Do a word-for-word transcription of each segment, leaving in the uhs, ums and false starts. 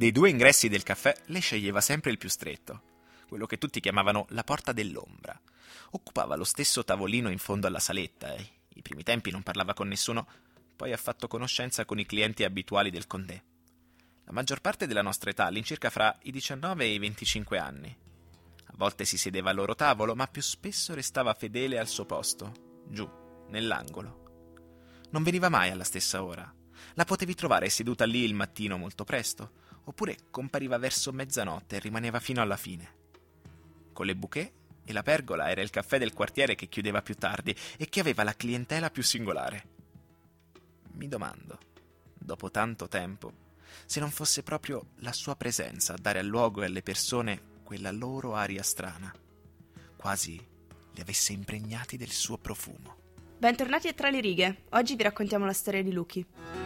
Dei due ingressi del caffè lei sceglieva sempre il più stretto, quello che tutti chiamavano la porta dell'ombra. Occupava lo stesso tavolino in fondo alla saletta e, i primi tempi, non parlava con nessuno, poi ha fatto conoscenza con i clienti abituali del Condé. La maggior parte della nostra età, all'incirca fra i diciannove e i venticinque anni. A volte si sedeva al loro tavolo, ma più spesso restava fedele al suo posto, giù, nell'angolo. Non veniva mai alla stessa ora. La potevi trovare seduta lì il mattino molto presto, oppure compariva verso mezzanotte e rimaneva fino alla fine. Con le bouquet e la pergola era il caffè del quartiere che chiudeva più tardi e che aveva la clientela più singolare. Mi domando, dopo tanto tempo, se non fosse proprio la sua presenza a dare al luogo e alle persone quella loro aria strana, quasi li avesse impregnati del suo profumo. Bentornati a Tra le righe. Oggi vi raccontiamo la storia di Lucky.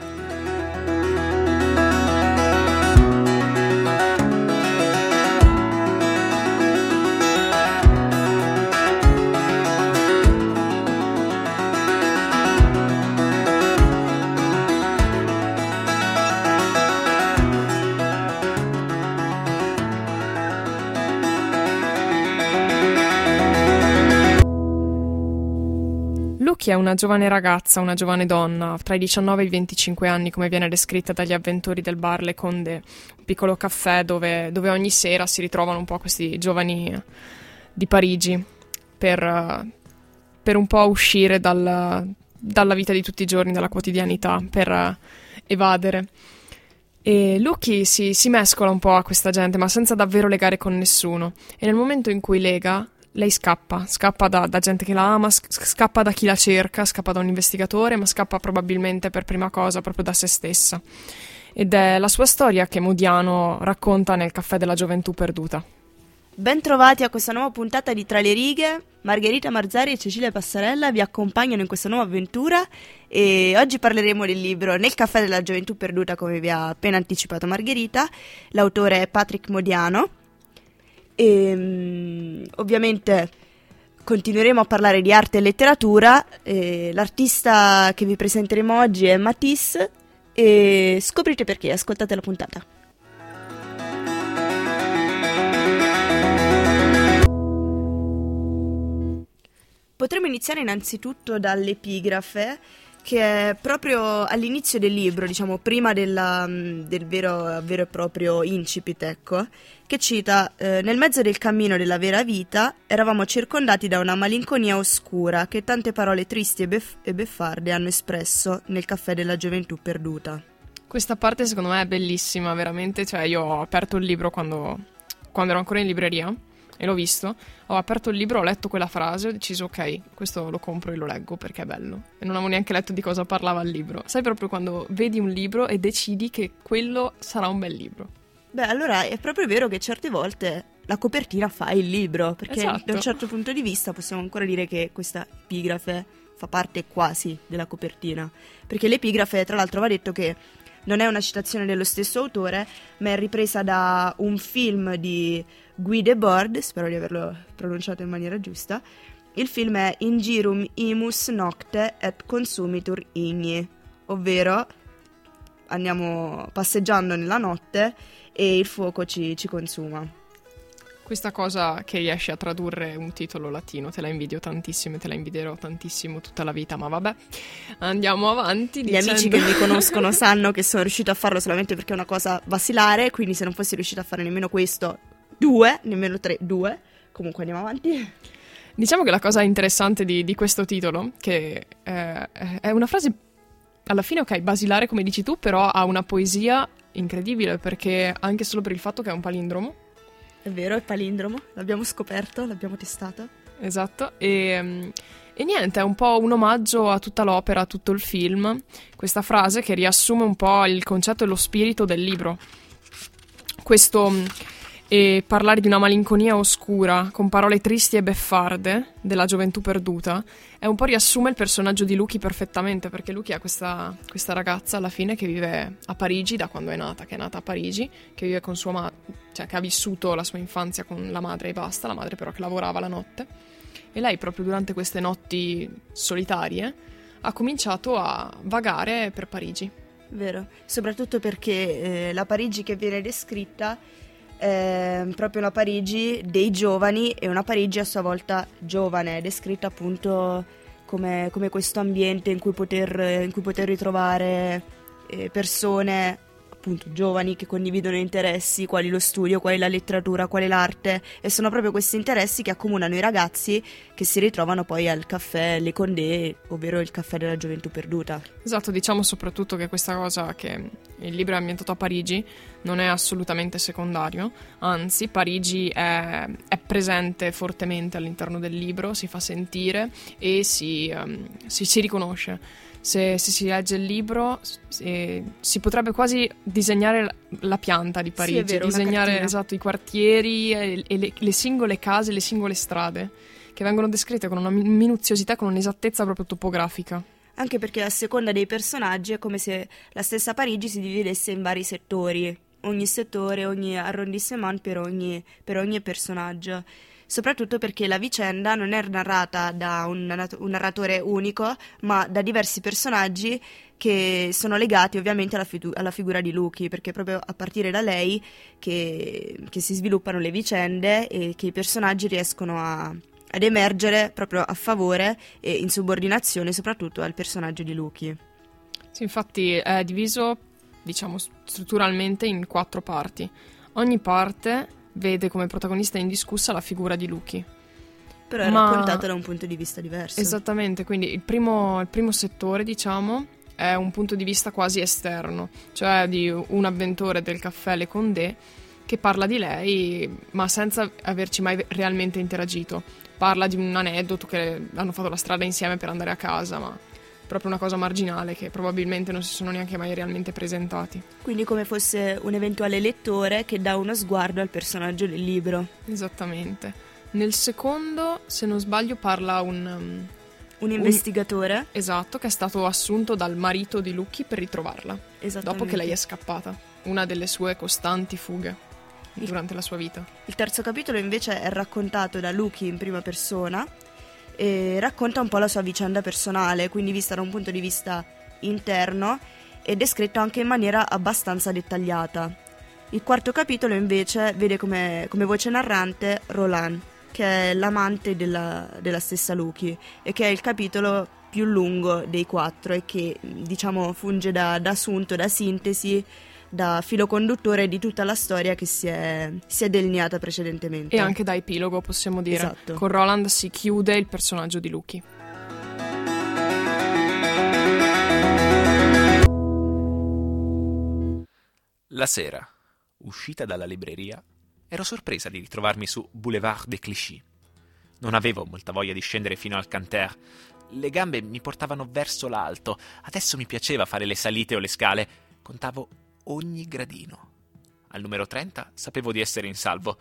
Lucky è una giovane ragazza, una giovane donna, tra i diciannove e i venticinque anni, come viene descritta dagli avventori del bar Le Condé, un piccolo caffè dove, dove ogni sera si ritrovano un po' questi giovani di Parigi per, per un po' uscire dal, dalla vita di tutti i giorni, dalla quotidianità, per evadere. E Lucky si, si mescola un po' a questa gente, ma senza davvero legare con nessuno. E nel momento in cui lega, lei scappa, scappa da, da gente che la ama, scappa da chi la cerca, scappa da un investigatore, ma scappa probabilmente per prima cosa proprio da se stessa. Ed è la sua storia che Modiano racconta nel Caffè della Gioventù Perduta. Ben trovati a questa nuova puntata di Tra le righe. Margherita Marzari e Cecilia Passarella vi accompagnano in questa nuova avventura e oggi parleremo del libro Nel Caffè della Gioventù Perduta, come vi ha appena anticipato Margherita. L'autore è Patrick Modiano. E um, ovviamente continueremo a parlare di arte e letteratura. E l'artista che vi presenteremo oggi è Matisse e scoprite perché, ascoltate la puntata. Potremmo iniziare innanzitutto dall'epigrafe, che è proprio all'inizio del libro, diciamo prima della, del vero, vero e proprio incipit, ecco, che cita eh, nel mezzo del cammino della vera vita eravamo circondati da una malinconia oscura che tante parole tristi e, beff- e beffarde hanno espresso nel Caffè della Gioventù Perduta. Questa parte secondo me è bellissima, veramente, cioè io ho aperto il libro quando, quando ero ancora in libreria e l'ho visto, ho aperto il libro, ho letto quella frase, ho deciso ok, questo lo compro e lo leggo perché è bello, e non avevo neanche letto di cosa parlava il libro. Sai, proprio quando vedi un libro e decidi che quello sarà un bel libro. Beh, allora è proprio vero che certe volte la copertina fa il libro, perché esatto. Da un certo punto di vista possiamo ancora dire che questa epigrafe fa parte quasi della copertina, perché l'epigrafe, tra l'altro, va detto che non è una citazione dello stesso autore, ma è ripresa da un film di Guy Debord, spero di averlo pronunciato in maniera giusta. Il film è In Girum Imus Nocte et Consumitur Igni, ovvero andiamo passeggiando nella notte e il fuoco ci, ci consuma. Questa cosa che riesce a tradurre un titolo latino, te la invidio tantissimo e te la invidierò tantissimo tutta la vita, ma vabbè, andiamo avanti. Gli dicendo... amici che mi conoscono sanno che sono riuscito a farlo solamente perché è una cosa basilare, quindi se non fossi riuscita a fare nemmeno questo, due, nemmeno tre, due. Comunque andiamo avanti. Diciamo che la cosa interessante di, di questo titolo, che eh, è una frase alla fine, ok, basilare come dici tu, però ha una poesia incredibile, perché anche solo per il fatto che è un palindromo. È vero, è palindromo, l'abbiamo scoperto, l'abbiamo testato. Esatto, e, e niente, è un po' un omaggio a tutta l'opera, a tutto il film, questa frase che riassume un po' il concetto e lo spirito del libro. Questo e parlare di una malinconia oscura con parole tristi e beffarde della gioventù perduta è un po' riassume il personaggio di Lucky perfettamente, perché Lucky è questa, questa ragazza alla fine che vive a Parigi da quando è nata, che è nata a Parigi, che vive con sua madre, cioè che ha vissuto la sua infanzia con la madre e basta, la madre però che lavorava la notte, e lei proprio durante queste notti solitarie ha cominciato a vagare per Parigi. Vero, soprattutto perché eh, la Parigi che viene descritta è proprio una Parigi dei giovani e una Parigi a sua volta giovane, descritta appunto come, come questo ambiente in cui poter, in cui poter ritrovare eh, persone appunto giovani che condividono interessi quali lo studio, quali la letteratura, quali l'arte, e sono proprio questi interessi che accomunano i ragazzi che si ritrovano poi al caffè Le Condé, ovvero il caffè della gioventù perduta. Esatto, diciamo soprattutto che questa cosa che il libro è ambientato a Parigi non è assolutamente secondario, anzi Parigi è, è presente fortemente all'interno del libro, si fa sentire e si, um, si, si riconosce. Se, se si legge il libro si, si potrebbe quasi disegnare la, la pianta di Parigi, sì, è vero, disegnare esatto, i quartieri e, e le, le singole case, le singole strade, che vengono descritte con una minuziosità, con un'esattezza proprio topografica. Anche perché a seconda dei personaggi è come se la stessa Parigi si dividesse in vari settori, ogni settore, ogni arrondissement per ogni, per ogni personaggio. Soprattutto perché la vicenda non è narrata da un, un narratore unico, ma da diversi personaggi che sono legati ovviamente alla, figu- alla figura di Lucky, perché è proprio a partire da lei che, che si sviluppano le vicende e che i personaggi riescono a, ad emergere proprio a favore e in subordinazione soprattutto al personaggio di Lucky. Sì, infatti è diviso, diciamo, strutturalmente in quattro parti. Ogni parte vede come protagonista indiscussa la figura di Lucky. Però è Ma... raccontata da un punto di vista diverso. Esattamente, quindi il primo, il primo settore, diciamo, è un punto di vista quasi esterno, cioè di un avventore del caffè Le Condé che parla di lei, ma senza averci mai realmente interagito. Parla di un aneddoto che hanno fatto la strada insieme per andare a casa, ma proprio una cosa marginale che probabilmente non si sono neanche mai realmente presentati. Quindi come fosse un eventuale lettore che dà uno sguardo al personaggio del libro. Esattamente. Nel secondo, se non sbaglio, parla un... Um, un investigatore. Un, esatto, che è stato assunto dal marito di Lucky per ritrovarla. Esattamente. Dopo che lei è scappata. Una delle sue costanti fughe il, durante la sua vita. Il terzo capitolo invece è raccontato da Lucky in prima persona e racconta un po' la sua vicenda personale, quindi vista da un punto di vista interno e descritto anche in maniera abbastanza dettagliata. Il quarto capitolo invece vede come, come voce narrante Roland, che è l'amante della, della stessa Lucky e che è il capitolo più lungo dei quattro e che diciamo funge da, da assunto, da sintesi, da filo conduttore di tutta la storia che si è, si è delineata precedentemente. E anche da epilogo, possiamo dire. Esatto. Con Roland si chiude il personaggio di Lucky. La sera, uscita dalla libreria, ero sorpresa di ritrovarmi su Boulevard de Clichy. Non avevo molta voglia di scendere fino al Canter. Le gambe mi portavano verso l'alto. Adesso mi piaceva fare le salite o le scale. Contavo ogni gradino. Al numero trenta sapevo di essere in salvo.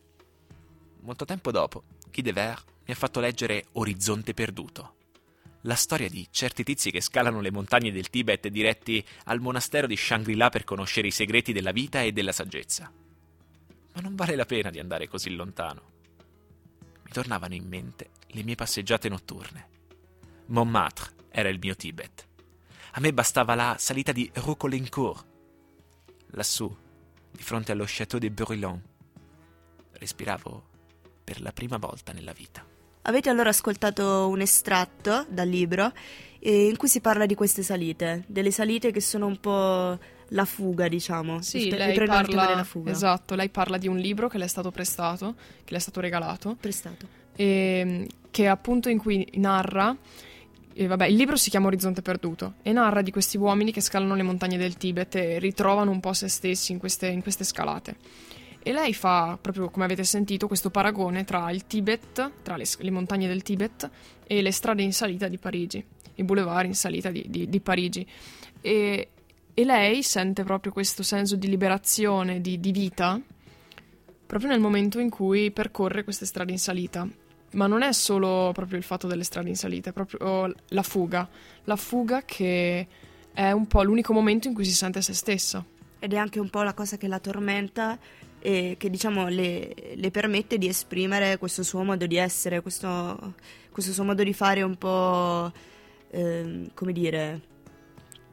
Molto tempo dopo, Guy de Vers mi ha fatto leggere Orizzonte perduto. La storia di certi tizi che scalano le montagne del Tibet diretti al monastero di Shangri-La per conoscere i segreti della vita e della saggezza. Ma non vale la pena di andare così lontano. Mi tornavano in mente le mie passeggiate notturne. Montmartre era il mio Tibet. A me bastava la salita di Roucolencourt. Lassù, di fronte allo Château de Brulon, respiravo per la prima volta nella vita. Avete allora ascoltato un estratto dal libro eh, in cui si parla di queste salite, delle salite che sono un po' la fuga, diciamo. Sì, le lei prendono il tema parla, della fuga. esatto, lei parla di un libro che le è stato prestato, che le è stato regalato, Prestato. e, che appunto in cui narra, e vabbè, il libro si chiama Orizzonte perduto e narra di questi uomini che scalano le montagne del Tibet e ritrovano un po' se stessi in queste, in queste scalate. E lei fa, proprio come avete sentito, questo paragone tra il Tibet, tra le, le montagne del Tibet e le strade in salita di Parigi, i boulevard in salita di, di, di Parigi. E, e lei sente proprio questo senso di liberazione, di, di vita, proprio nel momento in cui percorre queste strade in salita. Ma non è solo proprio il fatto delle strade in salita, è proprio la fuga. La fuga che è un po' l'unico momento in cui si sente se stessa. Ed è anche un po' la cosa che la tormenta e che diciamo le, le permette di esprimere questo suo modo di essere, questo, questo suo modo di fare un po', eh, come dire,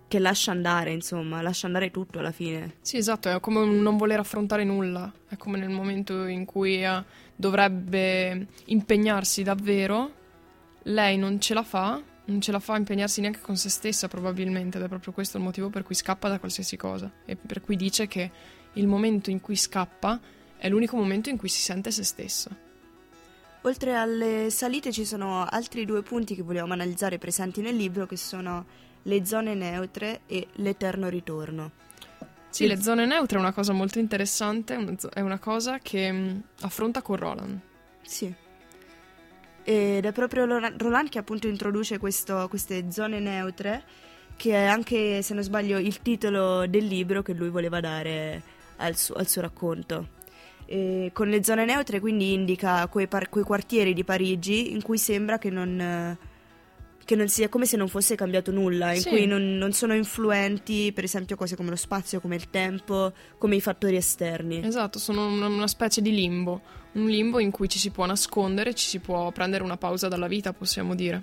che lascia andare, insomma, lascia andare tutto alla fine. Sì, esatto, è come un non voler affrontare nulla, è come nel momento in cui eh, dovrebbe impegnarsi davvero, lei non ce la fa, non ce la fa a impegnarsi neanche con se stessa probabilmente, ed è proprio questo il motivo per cui scappa da qualsiasi cosa, e per cui dice che il momento in cui scappa è l'unico momento in cui si sente se stessa. Oltre alle salite ci sono altri due punti che vogliamo analizzare presenti nel libro, che sono le zone neutre e l'eterno ritorno. Sì, le zone neutre è una cosa molto interessante, una zo- è una cosa che mh, affronta con Roland. Sì. Ed è proprio Roland Roland che appunto introduce questo, queste zone neutre, che è anche, se non sbaglio, il titolo del libro che lui voleva dare al suo, al suo racconto. E con le zone neutre quindi indica quei, par- quei quartieri di Parigi in cui sembra che non, che non sia, come se non fosse cambiato nulla, in Sì. cui non, non sono influenti per esempio cose come lo spazio, come il tempo, come i fattori esterni. Esatto, sono una, una specie di limbo, un limbo in cui ci si può nascondere, ci si può prendere una pausa dalla vita, possiamo dire.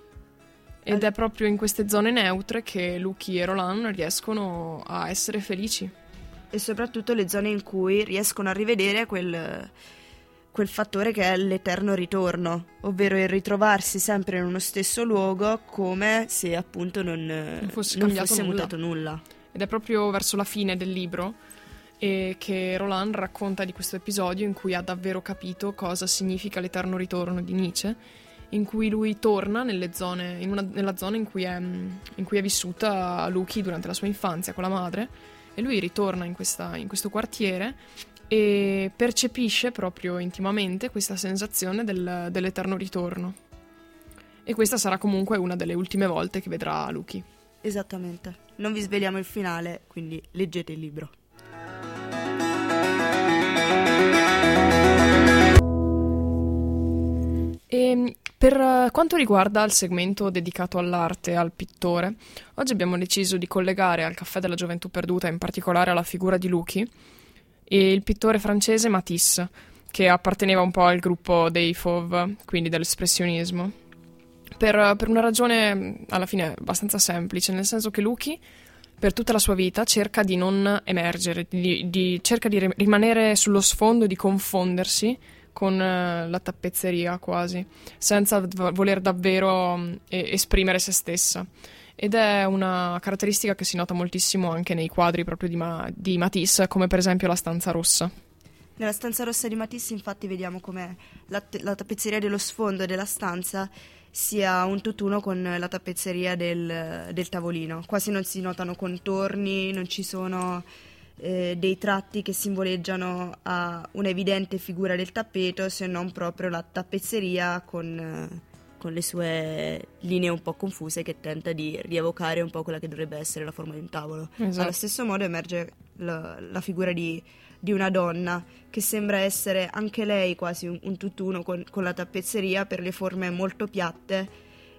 Ed è proprio in queste zone neutre che Lucky e Roland riescono a essere felici. E soprattutto le zone in cui riescono a rivedere quel, quel fattore che è l'eterno ritorno, ovvero il ritrovarsi sempre in uno stesso luogo come se appunto non, Non fosse non cambiato fosse nulla. mutato nulla. Ed è proprio verso la fine del libro e che Roland racconta di questo episodio in cui ha davvero capito cosa significa l'eterno ritorno di Nietzsche, in cui lui torna nelle zone, in una, nella zona in cui, è, in cui è vissuta Lucky durante la sua infanzia con la madre, e lui ritorna in, questa, in questo quartiere e percepisce proprio intimamente questa sensazione del, dell'eterno ritorno. E questa sarà comunque una delle ultime volte che vedrà Lucky. Esattamente. Non vi sveliamo il finale, quindi leggete il libro. E per quanto riguarda il segmento dedicato all'arte e al pittore, oggi abbiamo deciso di collegare al Caffè della Gioventù Perduta, in particolare alla figura di Lucky, e il pittore francese Matisse, che apparteneva un po' al gruppo dei Fauve, quindi dell'espressionismo, per, per una ragione alla fine abbastanza semplice, nel senso che Lucky, per tutta la sua vita, cerca di non emergere, di, di, cerca di rimanere sullo sfondo, di confondersi con la tappezzeria quasi, senza v- voler davvero um, esprimere se stessa. Ed è una caratteristica che si nota moltissimo anche nei quadri proprio di, Ma- di Matisse, come per esempio La stanza rossa. Nella stanza rossa di Matisse infatti vediamo come la, te- la tappezzeria dello sfondo della stanza sia un tutt'uno con la tappezzeria del, del tavolino. Quasi non si notano contorni, non ci sono eh, dei tratti che simboleggiano a un'evidente figura del tappeto, se non proprio la tappezzeria con, eh, con le sue linee un po' confuse, che tenta di rievocare un po' quella che dovrebbe essere la forma di un tavolo. Esatto. Allo stesso modo emerge la, la figura di, di una donna che sembra essere anche lei quasi un, un tutt'uno con, con la tappezzeria, per le forme molto piatte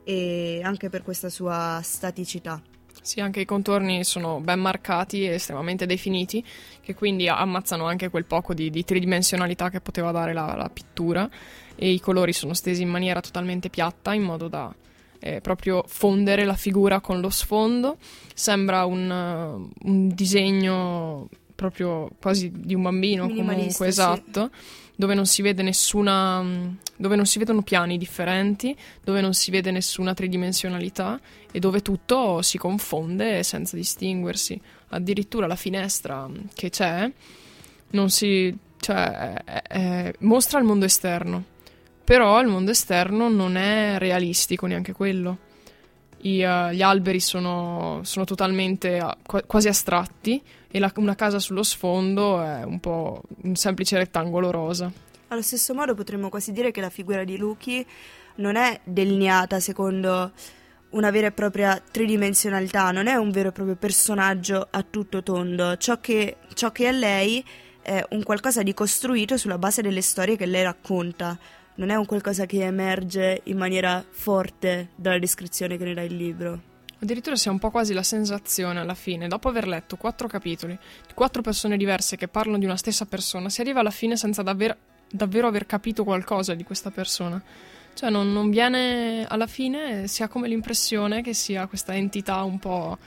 e anche per questa sua staticità. Sì, anche i contorni sono ben marcati e estremamente definiti, che quindi ammazzano anche quel poco di, di tridimensionalità che poteva dare la, la pittura, e i colori sono stesi in maniera totalmente piatta, in modo da eh, proprio fondere la figura con lo sfondo. Sembra un, uh, un disegno proprio quasi di un bambino, comunque, esatto, sì. Dove non si vede nessuna, dove non si vedono piani differenti, dove non si vede nessuna tridimensionalità e dove tutto si confonde senza distinguersi. Addirittura la finestra che c'è non si, cioè, è, è, mostra il mondo esterno, però il mondo esterno non è realistico neanche quello. I, uh, gli alberi sono, sono totalmente uh, qu- quasi astratti, e la, una casa sullo sfondo è un po' un semplice rettangolo rosa. Allo stesso modo potremmo quasi dire che la figura di Lucky non è delineata secondo una vera e propria tridimensionalità, non è un vero e proprio personaggio a tutto tondo. Ciò che, ciò che è lei è un qualcosa di costruito sulla base delle storie che lei racconta. Non è un qualcosa che emerge in maniera forte dalla descrizione che ne dà il libro. Addirittura si ha un po' quasi la sensazione, alla fine, dopo aver letto quattro capitoli, di quattro persone diverse che parlano di una stessa persona, si arriva alla fine senza davvero, davvero aver capito qualcosa di questa persona. Cioè non, non viene, alla fine si ha come l'impressione che sia questa entità un po'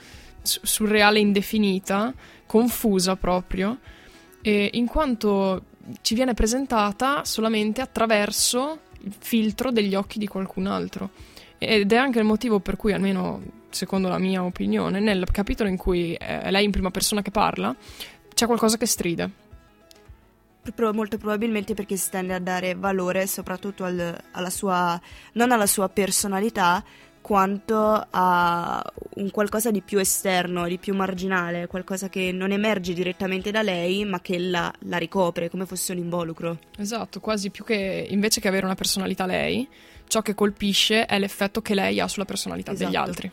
surreale indefinita, confusa proprio, e in quanto ci viene presentata solamente attraverso il filtro degli occhi di qualcun altro. Ed è anche il motivo per cui, almeno secondo la mia opinione, nel capitolo in cui è lei in prima persona che parla, c'è qualcosa che stride. Pro- molto probabilmente perché si tende a dare valore soprattutto al, alla sua, non alla sua personalità, quanto a un qualcosa di più esterno, di più marginale, qualcosa che non emerge direttamente da lei, ma che la, la ricopre, come fosse un involucro. Esatto, quasi più che, invece che avere una personalità lei, ciò che colpisce è l'effetto che lei ha sulla personalità esatto. degli altri.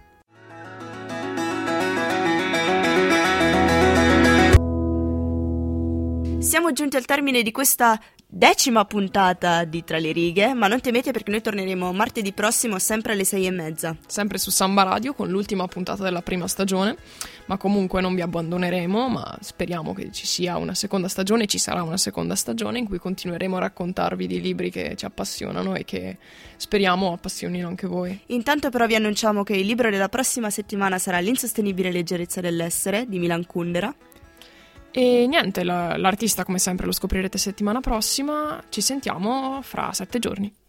Siamo giunti al termine di questa decima puntata di Tra le righe, ma non temete perché noi torneremo martedì prossimo sempre alle sei e mezza. Sempre su Samba Radio con l'ultima puntata della prima stagione, ma comunque non vi abbandoneremo, ma speriamo che ci sia una seconda stagione, ci sarà una seconda stagione in cui continueremo a raccontarvi di libri che ci appassionano e che speriamo appassionino anche voi. Intanto però vi annunciamo che il libro della prossima settimana sarà L'insostenibile leggerezza dell'essere di Milan Kundera. E niente, la, l'artista come sempre lo scoprirete settimana prossima, ci sentiamo fra sette giorni.